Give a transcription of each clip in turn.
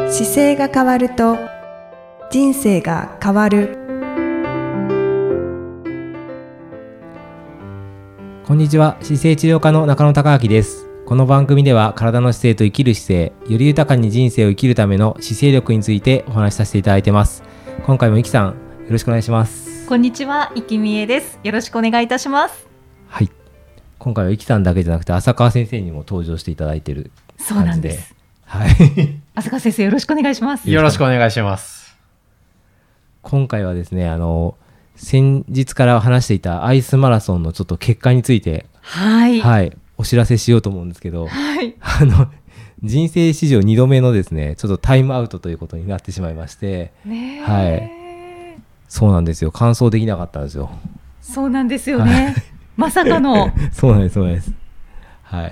姿勢が変わると人生が変わる。 こんにちは、姿勢治療科の中野孝明です。この番組では体の姿勢と生きる姿勢、より豊かに人生を生きるための姿勢力についてお話しさせていただいてます。今回もいきさん、よろしくお願いします。 こんにちは、いきみえです。よろしくお願いいたします。 はい、今回はいきさんだけじゃなくて浅川先生にも登場していただいている感じで。 そうなんです。 はい浅川先生、よろしくお願いします。 よろしくお願いします。 今回はですね、先日から話していたアイスマラソンのちょっと結果について、はい、お知らせしようと思うんですけど、 はい、 人生史上2度目のですね、ちょっとタイムアウトということになってしまいまして、はい、そうなんですよ。完走できなかったんですよ。 そうなんですよね。まさかの。 そうなんです、そうなんです。はい。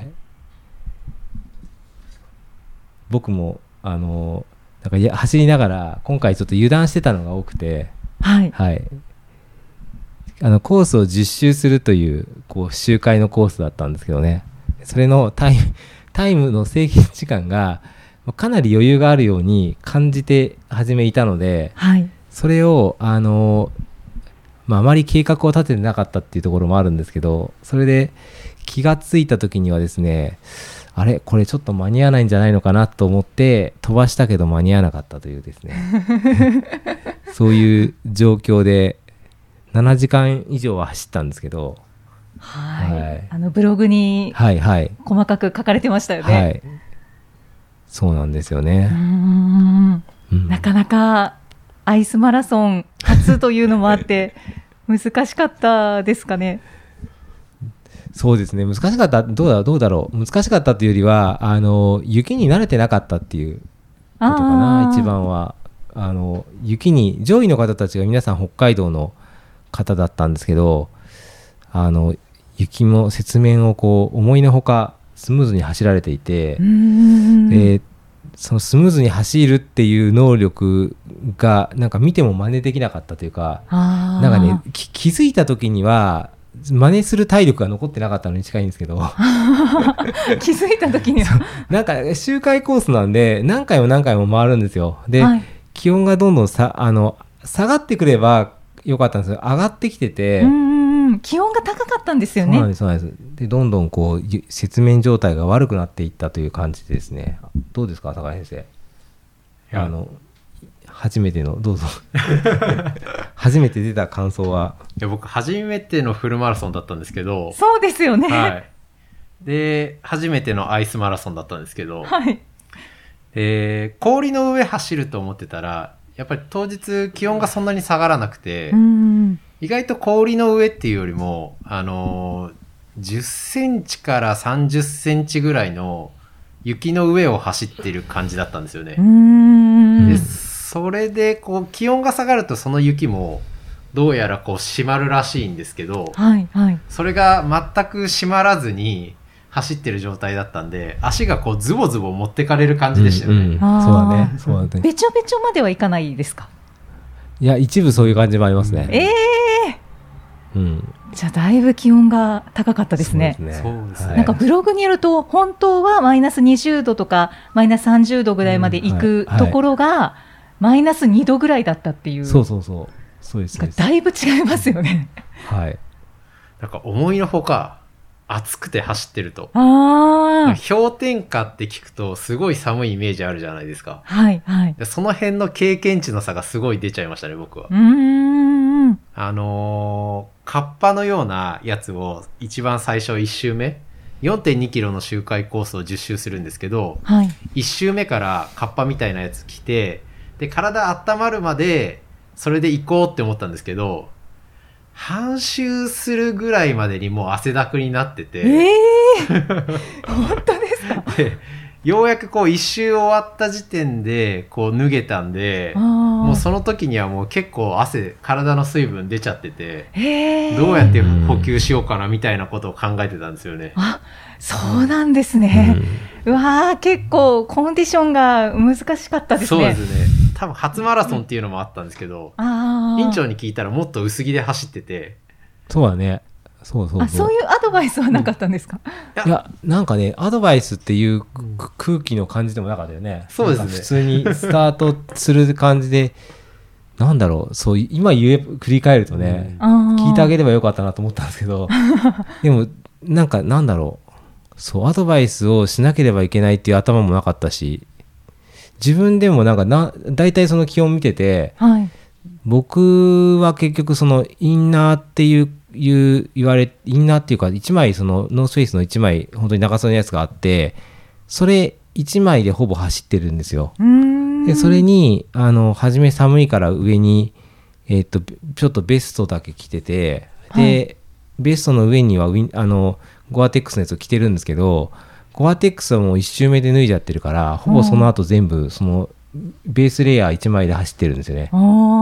僕もなんか走りながら今回ちょっと油断してたのが多くて、 はい、 はい、コースを10周するという周回のコースだったんですけどね、それのタイムの制限時間がかなり余裕があるように感じて初めいたので、 はい、 それをあまり計画を立ててなかったっていうところもあるんですけど、それで気がついた時にはですね、あれこれちょっと間に合わないんじゃないのかなと思って飛ばしたけど間に合わなかったというですねそういう状況で7時間以上は走ったんですけど、 はい、ブログに細かく書かれてましたよね。 はい、そうなんですよね。 なかなかアイスマラソン初というのもあって難しかったですかね。 そうですね、難しかった。どうだろう、難しかったというよりは雪に慣れてなかったっていうことかな。一番は雪に上位の方たちが皆さん北海道の方だったんですけど、雪も雪面を思いのほかスムーズに走られていて、でそのスムーズに走るっていう能力がなんか見ても真似できなかったというか、なんかね、気づいた時には真似する体力が残ってなかったのに近いんですけど気づいた時にはなんか周回コースなんで何回も回るんですよ。で、気温がどんどん下がってくればよかったんですけど、上がってきてて、 気温が高かったんですよね。 そうなんです。でどんどん雪面状態が悪くなっていったという感じですね。どうですか、坂井先生。初めてのどうぞ初めて出た感想は。 いや、僕初めてのフルマラソンだったんですけど。 そうですよね。 はい。で初めてのアイスマラソンだったんですけど、 はい、 氷の上走ると思ってたらやっぱり当日気温がそんなに下がらなくて、意外と氷の上っていうよりも10センチから30センチぐらいの雪の上を走ってる感じだったんですよね。でそれで気温が下がるとその雪もどうやら締まるらしいんですけど、それが全く締まらずに走ってる状態だったんで、足がズボズボ持ってかれる感じでしたよね。 そうだね。 べちょべちょまではいかないですか？ いや、一部そういう感じもありますね。 じゃあだいぶ気温が高かったですね。なんかブログによると本当はマイナス20度とかマイナス30度ぐらいまで行くところがマイナス2度ぐらいだったっていう。 そうです。 だいぶ違いますよね。 はい。 なんか思いのほか暑くて走ってると、氷点下って聞くとすごい寒いイメージあるじゃないですか。その辺の経験値の差がすごい出ちゃいましたね、僕は。カッパのようなやつを一番最初1周目 4.2 キロの周回コースを10周するんですけど、1周目からカッパみたいなやつ着て、で体温まるまでそれで行こうって思ったんですけど、半周するぐらいまでにもう汗だくになってて、 本当ですか？ でようやく一周終わった時点で脱げたんで、もうその時にはもう結構体の水分出ちゃってて、どうやって補給しようかなみたいなことを考えてたんですよね。 そうなんですね。うわー、結構コンディションが難しかったですね。 そうですね。多分初マラソンっていうのもあったんですけど、院長に聞いたらもっと薄着で走ってて。 そうだね。 そういうアドバイスはなかったんですか？ いや、なんかね、アドバイスっていう空気の感じでもなかったよね。 そうですね。 普通にスタートする感じで、なんだろう、そう今振り返るとね、聞いてあげればよかったなと思ったんですけど、でもなんだろう、そうアドバイスをしなければいけないっていう頭もなかったし、自分でも大体その気温見てて、はい、僕は結局そのインナーってインナーっていうか1枚そのノースフェイスの1枚本当に長袖のやつがあって、それ1枚でほぼ走ってるんですよ。でそれに初め寒いから上に、ちょっとベストだけ着てて、で、はい、ベストの上にはゴアテックスのやつを着てるんですけど、ゴアテックスはもう1周目で脱いじゃってるから、ほぼその後全部そのベースレイヤー1枚で走ってるんですよね。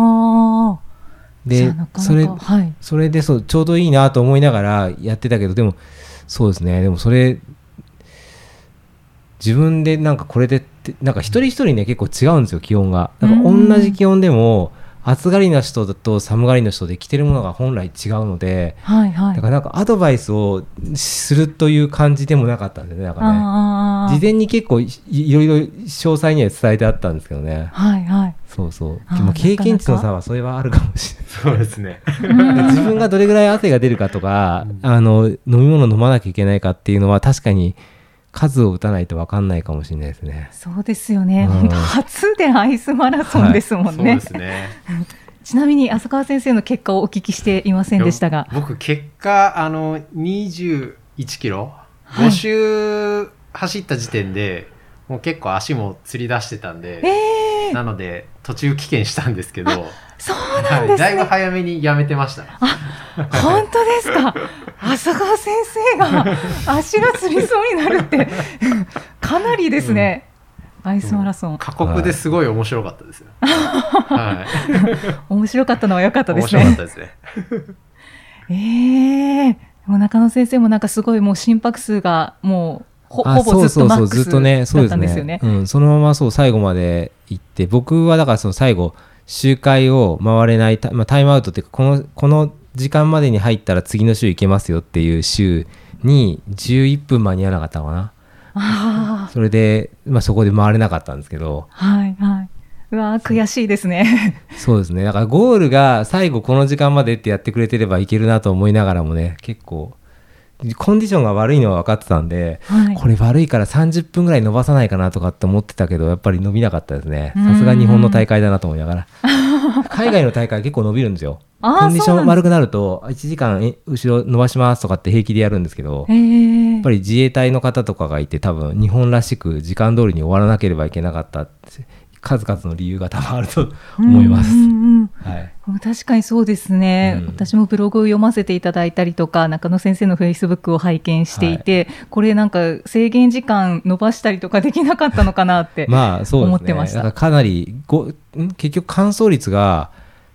でそれでちょうどいいなと思いながらやってたけど、でもそうですね、でもそれ自分でこれで一人一人ね結構違うんですよ、気温が。同じ気温でも暑がりな人と寒がりの人で着てるものが本来違うので、はいはい、だからアドバイスをするという感じでもなかったんでね、事前に結構いろいろ詳細には伝えてあったんですけどね。はいはい。そうそう。でも経験値の差はそれはあるかもしれない。 そうですね。 自分がどれぐらい汗が出るかとか、飲み物飲まなきゃいけないかっていうのは確かに数を打たないと分かんないかもしれないですね。 そうですよね。本当初でアイスマラソンですもんね。 はい、そうですね。 ちなみに浅川先生の結果をお聞きしていませんでしたが、 僕結果21キロ、5周走った時点でもう結構足もつり出してたんで、なので途中棄権したんですけど、 そうなんですね。 だいぶ早めにやめてました。 本当ですか。浅川先生が足がつりそうになるってかなりですね。アイスマラソン、 過酷ですごい面白かったですよ。はい、 面白かったのは良かったですね。 面白かったですね。 もう中野先生もすごいもう心拍数がもうほぼずっとマックスだったんですよね。 そのまま最後まで行って、僕はだからその最後周回を回れないタイムアウトっていうか、この時間までに入ったら次の週行けますよっていう週に11分間に合わなかったのかな。それで、そこで回れなかったんですけど、はいはい、 うわ悔しいですね。 そうですね。だからゴールが最後この時間までってやってくれてればいけるなと思いながらもね、結構コンディションが悪いのは分かってたんで、はい、これ悪いから30分ぐらい伸ばさないかなとかって思ってたけど、やっぱり伸びなかったですね。さすが日本の大会だなと思いながら。海外の大会結構伸びるんですよ。コンディション悪くなると1時間後ろ伸ばしますとかって平気でやるんですけど、やっぱり自衛隊の方とかがいて、多分日本らしく時間通りに終わらなければいけなかったって数々の理由が多分あると思います。はい、 確かにそうですね、私もブログを読ませていただいたりとか、中野先生のフェイスブックを拝見していて、これ制限時間伸ばしたりとかできなかったのかなって思ってました。 だからかなり結局完走率が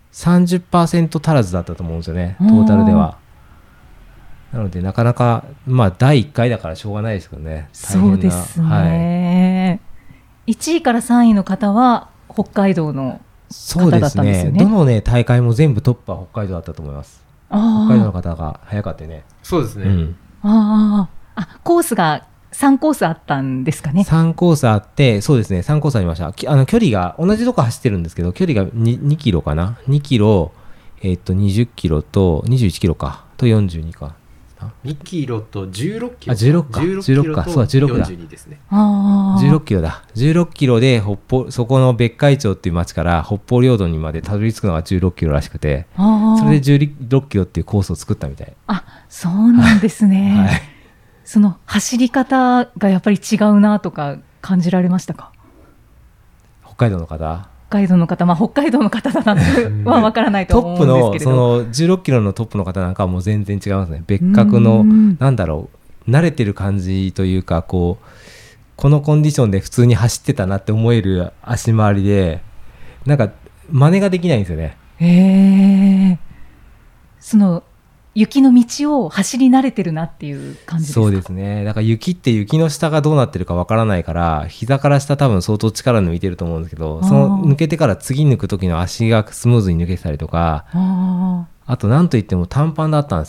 30% 足らずだったと思うんですよね、トータルでは。なのでなかなか第1回だからしょうがないですけどね。 そうですね、はい、1位から3位の方は北海道の方だったんですよね。 どの大会も全部トップは北海道だったと思います。北海道の方が早かったよね。 そうですね、 コースが3コースあったんですかね。 3コースあって、そうですね、3コースありました。距離が同じとこ走ってるんですけど、距離が 2キロかな、2キロ、20キロと21キロかと42か、 2キロと16キロ、 16か、そうだ、16だ、 42ですね。 16キロだ。16キロでそこの別海町っていう町から北方領土にまでたどり着くのが16キロらしくて、それで16キロっていうコースを作ったみたい。 そうなんですね。はい、その走り方がやっぱり違うなとか感じられましたか？ 北海道の方、 北海道の方だなは分からないと思うんですけれど、 トップのその16キロのトップの方なんかはもう全然違いますね。別格の慣れてる感じというか、このコンディションで普通に走ってたなって思える足回りで、真似ができないんですよね。 その雪の道を走り慣れてるなっていう感じですか？ そうですね。だから雪の下がどうなってるかわからないから、膝から下多分相当力抜いてると思うんですけど、その抜けてから次抜く時の足がスムーズに抜けてたりとか、あと何といっても短パンだったんですよ。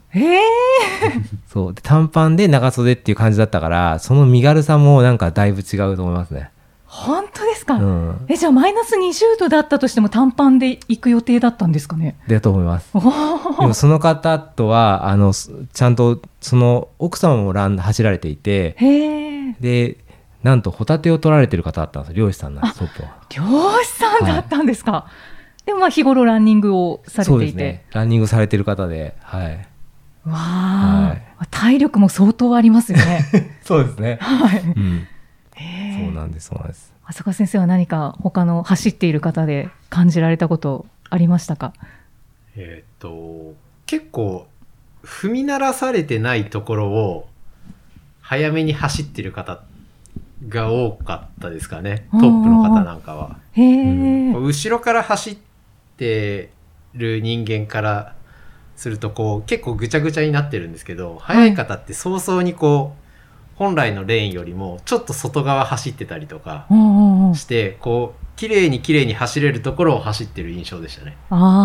そうで短パンで長袖っていう感じだったから、その身軽さもなんかだいぶ違うと思いますね。 本当ですか？じゃあマイナス20度だったとしても短パンで行く予定だったんですかね？ だと思います。でもその方とはちゃんとその奥様も走られていて、でなんとホタテを取られてる方だったんですよ。漁師さんなんです。 漁師さんだったんですか？でも日頃ランニングをされていて。 そうですね、ランニングされてる方で、 わあ、体力も相当ありますよね。 そうですね。そうなんです。 浅川先生は何か他の走っている方で感じられたことありましたか？ 結構踏み鳴らされてないところを早めに走ってる方が多かったですかね。トップの方なんかは。後ろから走ってる人間からすると結構ぐちゃぐちゃになってるんですけど、速い方って早々に本来のレーンよりもちょっと外側走ってたりとかして綺麗に走れるところを走ってる印象でしたね。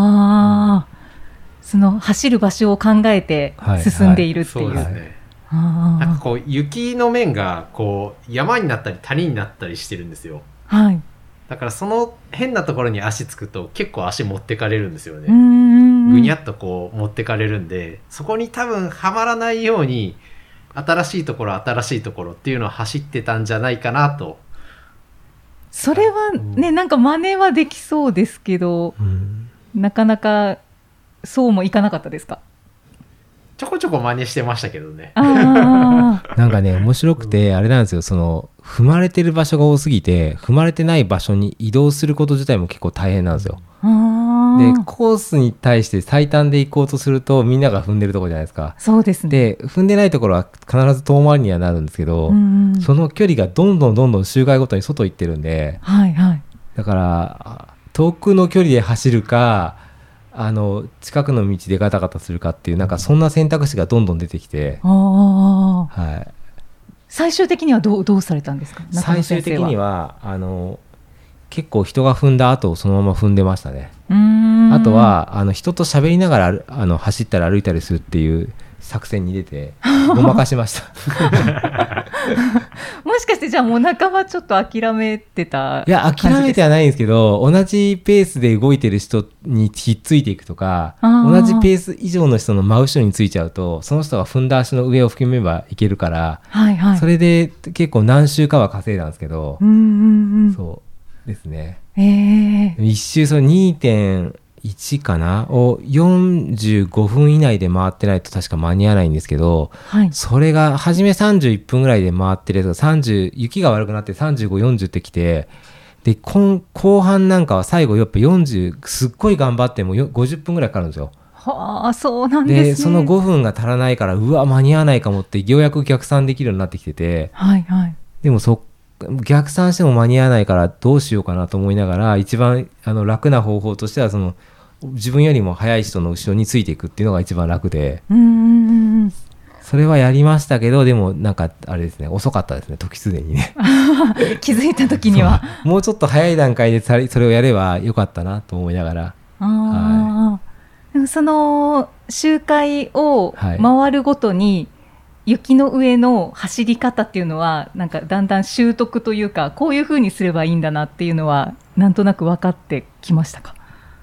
その走る場所を考えて進んでいるっていう。そうですね。 なんか雪の面が山になったり谷になったりしてるんですよ。だからその変なところに足つくと結構足持ってかれるんですよね。ぐにゃっと持ってかれるんで、そこに多分はまらないように新しいところっていうのを走ってたんじゃないかなと。 それはね、なんか真似はできそうですけど、なかなかそうもいかなかったですか？ ちょこちょこ真似してましたけどね。 なんかね、面白くてあれなんですよ。踏まれてる場所が多すぎて、踏まれてない場所に移動すること自体も結構大変なんですよ。でコースに対して最短で行こうとするとみんなが踏んでるところじゃないですか。 そうですね。 で踏んでないところは必ず遠回りにはなるんですけど、その距離がどんどん周回ごとに外行ってるんで、だから遠くの距離で走るか近くの道でガタガタするかっていう、なんかそんな選択肢がどんどん出てきて、 最終的にはどうされたんですか？ 最終的には結構人が踏んだ後をそのまま踏んでましたね。あとは人と喋りながら走ったり歩いたりするっていう作戦に出てごまかしました。 もしかしてじゃあもう半ばちょっと諦めてた？ いや諦めてはないんですけど、同じペースで動いてる人にひっついていくとか、同じペース以上の人の真後ろについちゃうと、その人が踏んだ足の上を踏めばいけるから、それで結構何周かは稼いだんですけど、そうですね。一周2.1 かなを45分以内で回ってないと確か間に合わないんですけど、それが初め31分ぐらいで回ってるやつが雪が悪くなって35、40ってきて、で後半なんかは最後やっぱ40すっごい頑張っても50分ぐらいかかるんですよ。 そうなんですね。 でその5分が足らないから、うわ間に合わないかもってようやく逆算できるようになってきてて、でも逆算しても間に合わないからどうしようかなと思いながら、一番楽な方法としては自分よりも速い人の後ろについていくっていうのが一番楽で、それはやりましたけど、でもなんかあれですね、遅かったですね、時すでにね。 気づいた時にはもうちょっと早い段階でそれをやればよかったなと思いながら。 でもその周回を回るごとに、雪の上の走り方っていうのはなんかだんだん習得というか、こういう風にすればいいんだなっていうのはなんとなく分かってきましたか？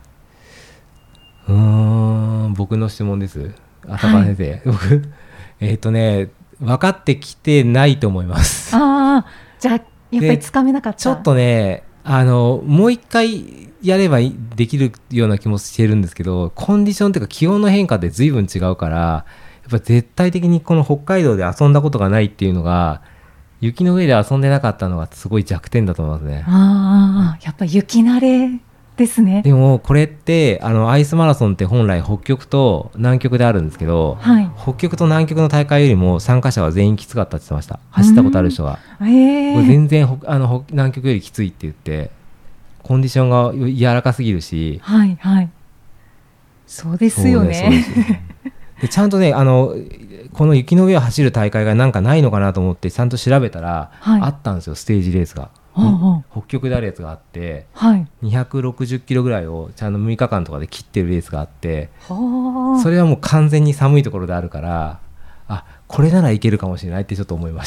僕の質問です。浅川先生、僕分かってきてないと思います。 じゃあやっぱりつかめなかった。 ちょっとねもう一回やればできるような気もしてるんですけど、コンディションというか気温の変化で随分違うから、やっぱ絶対的にこの北海道で遊んだことがないっていうのが、雪の上で遊んでなかったのがすごい弱点だと思いますね。 やっぱ雪慣れですね。 でもこれってアイスマラソンって本来北極と南極であるんですけど、北極と南極の大会よりも参加者は全員きつかったって言ってました。走ったことある人が、これ全然南極よりきついって言って、コンディションが柔らかすぎるし。 そうですよね。 でちゃんとねこの雪の上を走る大会がなんかないのかなと思ってちゃんと調べたら、あったんですよ、ステージレースが。 北極であるやつがあって、 はい、 260キロぐらいをちゃんと6日間とかで切ってるレースがあって、それはもう完全に寒いところであるから、これならいけるかもしれないってちょっと思いま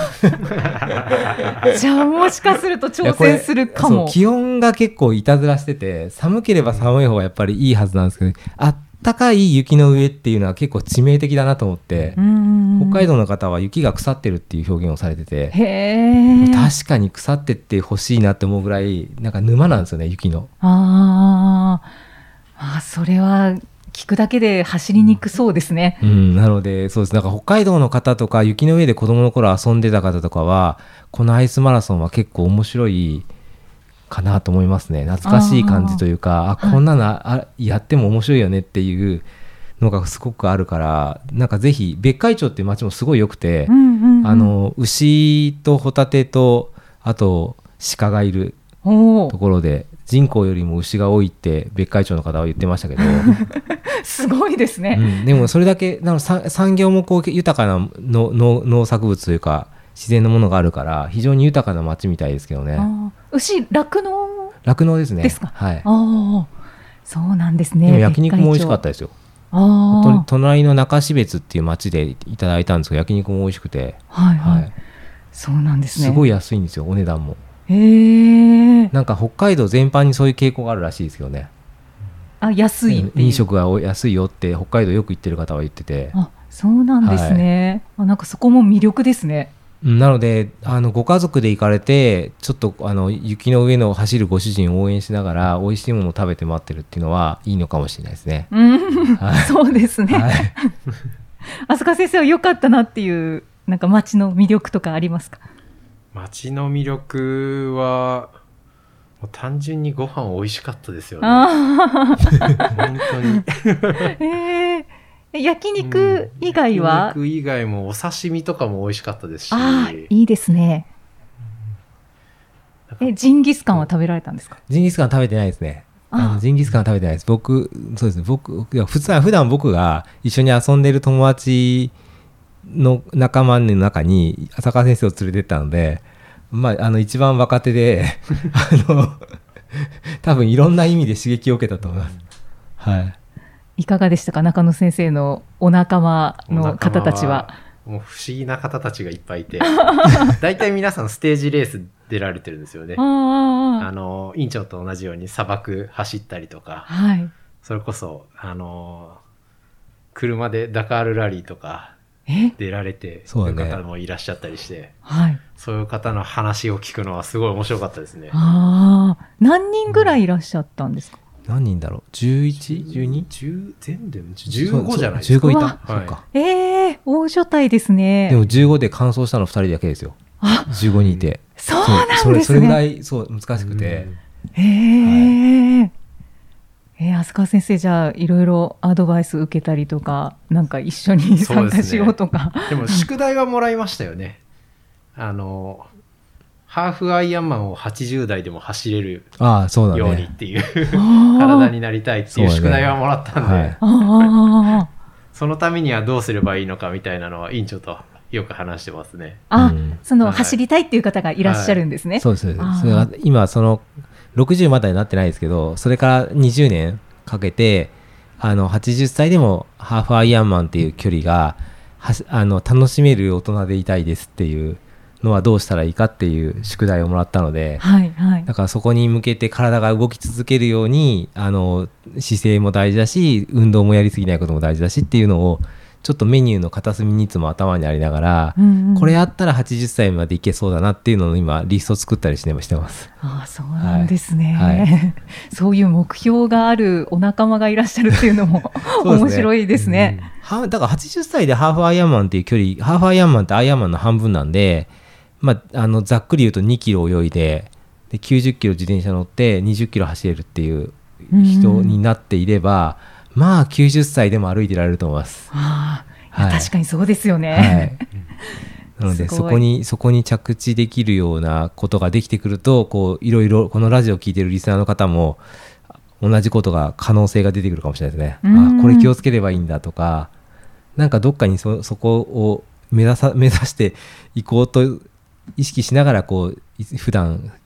したじゃあもしかすると挑戦するかも。 気温が結構いたずらしてて、寒ければ寒い方がやっぱりいいはずなんですけど、あったかい雪の上っていうのは結構致命的だなと思って、北海道の方は雪が腐ってるっていう表現をされてて、確かに腐ってってほしいなって思うぐらいなんか沼なんですよね、雪の。 それは聞くだけで走りにくそうですね。 なのでそうです。だから北海道の方とか雪の上で子供の頃遊んでた方とかは、このアイスマラソンは結構面白いかなと思いますね。懐かしい感じというか、こんなのやっても面白いよねっていうのがすごくあるから、なんかぜひ別海町っていう町もすごい良くて、牛とホタテとあと鹿がいるところで、人口よりも牛が多いって別海町の方は言ってましたけどすごいですね、 でもそれだけ産業もこう豊かな農作物というか自然のものがあるから非常に豊かな町みたいですけどね。 牛酪農ですね。 ですか。 はい。 そうなんですね。 でも焼肉も美味しかったですよ。隣の中標津っていう町でいただいたんですけど、焼肉も美味しくて、 そうなんですね。 すごい安いんですよ、お値段も。なんか北海道全般にそういう傾向があるらしいですけどね。 安いっていう、 飲食が安いよって北海道よく行ってる方は言ってて。 そうなんですね。なんかそこも魅力ですね。 なのでご家族で行かれてちょっと雪の上の走るご主人を応援しながら美味しいものを食べて待ってるっていうのはいいのかもしれないですね。 そうですね。飛鳥先生は良かったなっていうなんか街の魅力とかありますか？ 街の魅力はもう単純にご飯美味しかったですよね。本当に。 焼肉以外は？ 焼肉以外もお刺身とかも美味しかったですし。 いいですね。ジンギスカンは食べられたんですか？ ジンギスカン食べてないですね。ジンギスカンは食べてないです。そうですね。普段僕が一緒に遊んでる友達の仲間の中に浅川先生を連れてったので、一番若手で多分いろんな意味で刺激を受けたと思います。 いかがでしたか、中野先生のお仲間の方たちは。 もう不思議な方たちがいっぱいいて大体皆さんステージレース出られてるんですよね。院長と同じように砂漠走ったりとか、それこそ車でダカールラリーとか出られてる方もいらっしゃったりして、そういう方の話を聞くのはすごい面白かったですね。 何人ぐらいいらっしゃったんですか？ 何人だろう、11、12？ 全部15じゃないですか。 15いた。そうか。 大所帯ですね。 でも15で完走したの2人だけですよ。15人いて。 そうなんですね。 それぐらい難しくて。 飛鳥先生、じゃあいろいろアドバイス受けたりとか、なんか一緒に参加しようとか。 でも宿題はもらいましたよね。ハーフアイアンマンを80代でも走れるようにっていう体になりたいっていう宿題はもらったんで、そのためにはどうすればいいのかみたいなのは院長とよく話してますね。 走りたいっていう方がいらっしゃるんですね。 そうです。それは今60までになってないですけど、それから20年かけて80歳でもハーフアイアンマンっていう距離が楽しめる大人でいたいですっていうのはどうしたらいいかっていう宿題をもらったので、だからそこに向けて体が動き続けるように姿勢も大事だし、運動もやりすぎないことも大事だしっていうのをちょっとメニューの片隅にいつも頭にありながら、これやったら80歳までいけそうだなっていうのを今リスト作ったりしてます。 そうなんですね。そういう目標があるお仲間がいらっしゃるっていうのも面白いですね。 だから80歳でハーフアイアンマンっていう距離、ハーフアイアンマンってアイアンマンの半分なんで、ざっくり言うと2キロ泳いで90キロ自転車乗って20キロ走れるっていう人になっていれば、90歳でも歩いてられると思います。 確かにそうですよね。 なのでそこに着地できるようなことができてくると、いろいろこのラジオを聞いてるリスナーの方も同じことが可能性が出てくるかもしれないですね。これ気をつければいいんだとか、なんかどっかにそこを目指していこうと意識しながら普段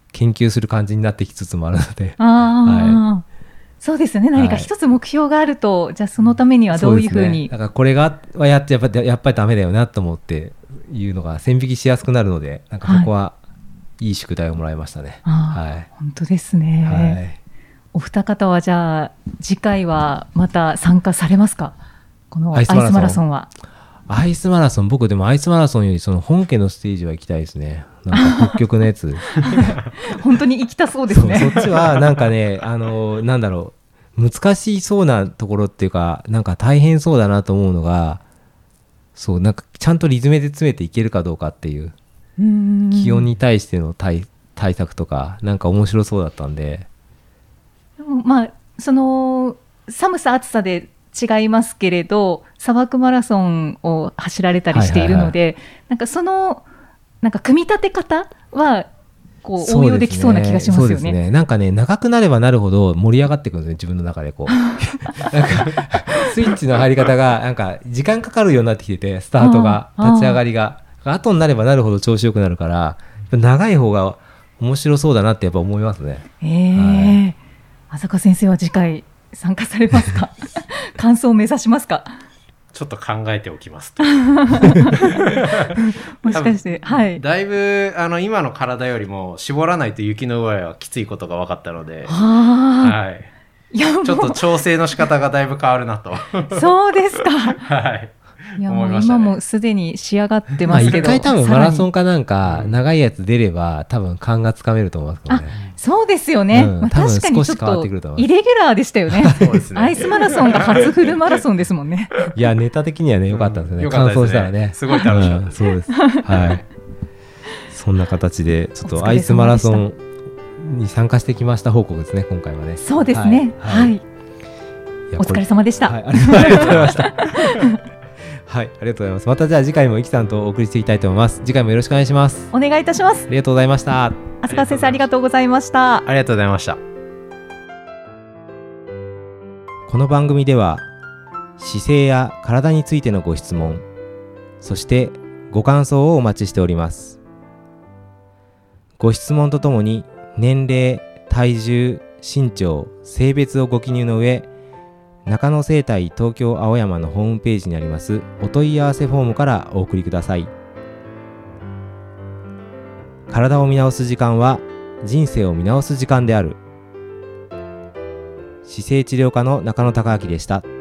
研究する感じになってきつつもあるので、 はい、そうですよね。何か一つ目標があると、じゃあそのためにはどういうふうに、 だからこれがはやっぱりダメだよなと思っていうのが線引きしやすくなるので、なんかそこはいい宿題をもらいましたね。 はい、本当ですね。はい、お二方はじゃあ次回はまた参加されますか？このアイスマラソンは。 アイスマラソン、僕でもアイスマラソンよりその本家のステージは行きたいですね。なんか北極のやつ本当に行きたそうですね。 そっちはなんかね、なんだろう、難しそうなところっていうか、なんか大変そうだなと思うのが、そうなんかちゃんとリズムで詰めていけるかどうかっていう、気温に対しての対策とか、なんか面白そうだったんで。 でもまあその寒さ暑さで違いますけれど、砂漠マラソンを走られたりしているので、なんかそのなんか組み立て方はこう応用できそうな気がしますよね。 そうですね。なんかね、長くなればなるほど盛り上がってくるんですね、自分の中でこうなんかスイッチの入り方がなんか時間かかるようになってきてて、スタートが立ち上がりが後になればなるほど調子よくなるから、長い方が面白そうだなってやっぱ思いますね。 はい、浅香先生は次回参加されますか？完走を目指しますか？ ちょっと考えておきますともしかして、はい、 だいぶ今の体よりも絞らないと雪の上はきついことが分かったので、はい、ちょっと調整の仕方がだいぶ変わるなとそうですか。 はい、 いやもう今もすでに仕上がってますけど、 一回多分マラソンかなんか長いやつ出れば多分勘がつかめると思いますからね。 そうですよね、確かにちょっとイレギュラーでしたよね。 そうですね。 アイスマラソンが初フルマラソンですもんね。 いやネタ的にはね良かったんですよね、 完走したらね、 すごい楽しかったです、 そうです、はい、そんな形でちょっとアイスマラソンに参加してきました報告ですね、今回はね。 そうですね、はい、お疲れ様でした。 はい、ありがとうございましたはい、ありがとうございます。またじゃあ次回もイキさんとお送りしていきたいと思います。次回もよろしくお願いします。 お願いいたします。 ありがとうございました。 浅香先生ありがとうございました。 ありがとうございました。 この番組では姿勢や体についてのご質問、そしてご感想をお待ちしております。ご質問とともに年齢、体重、身長、性別をご記入の上、中野生態東京青山のホームページにありますお問い合わせフォームからお送りください。体を見直す時間は人生を見直す時間である。姿勢治療科の中野孝明でした。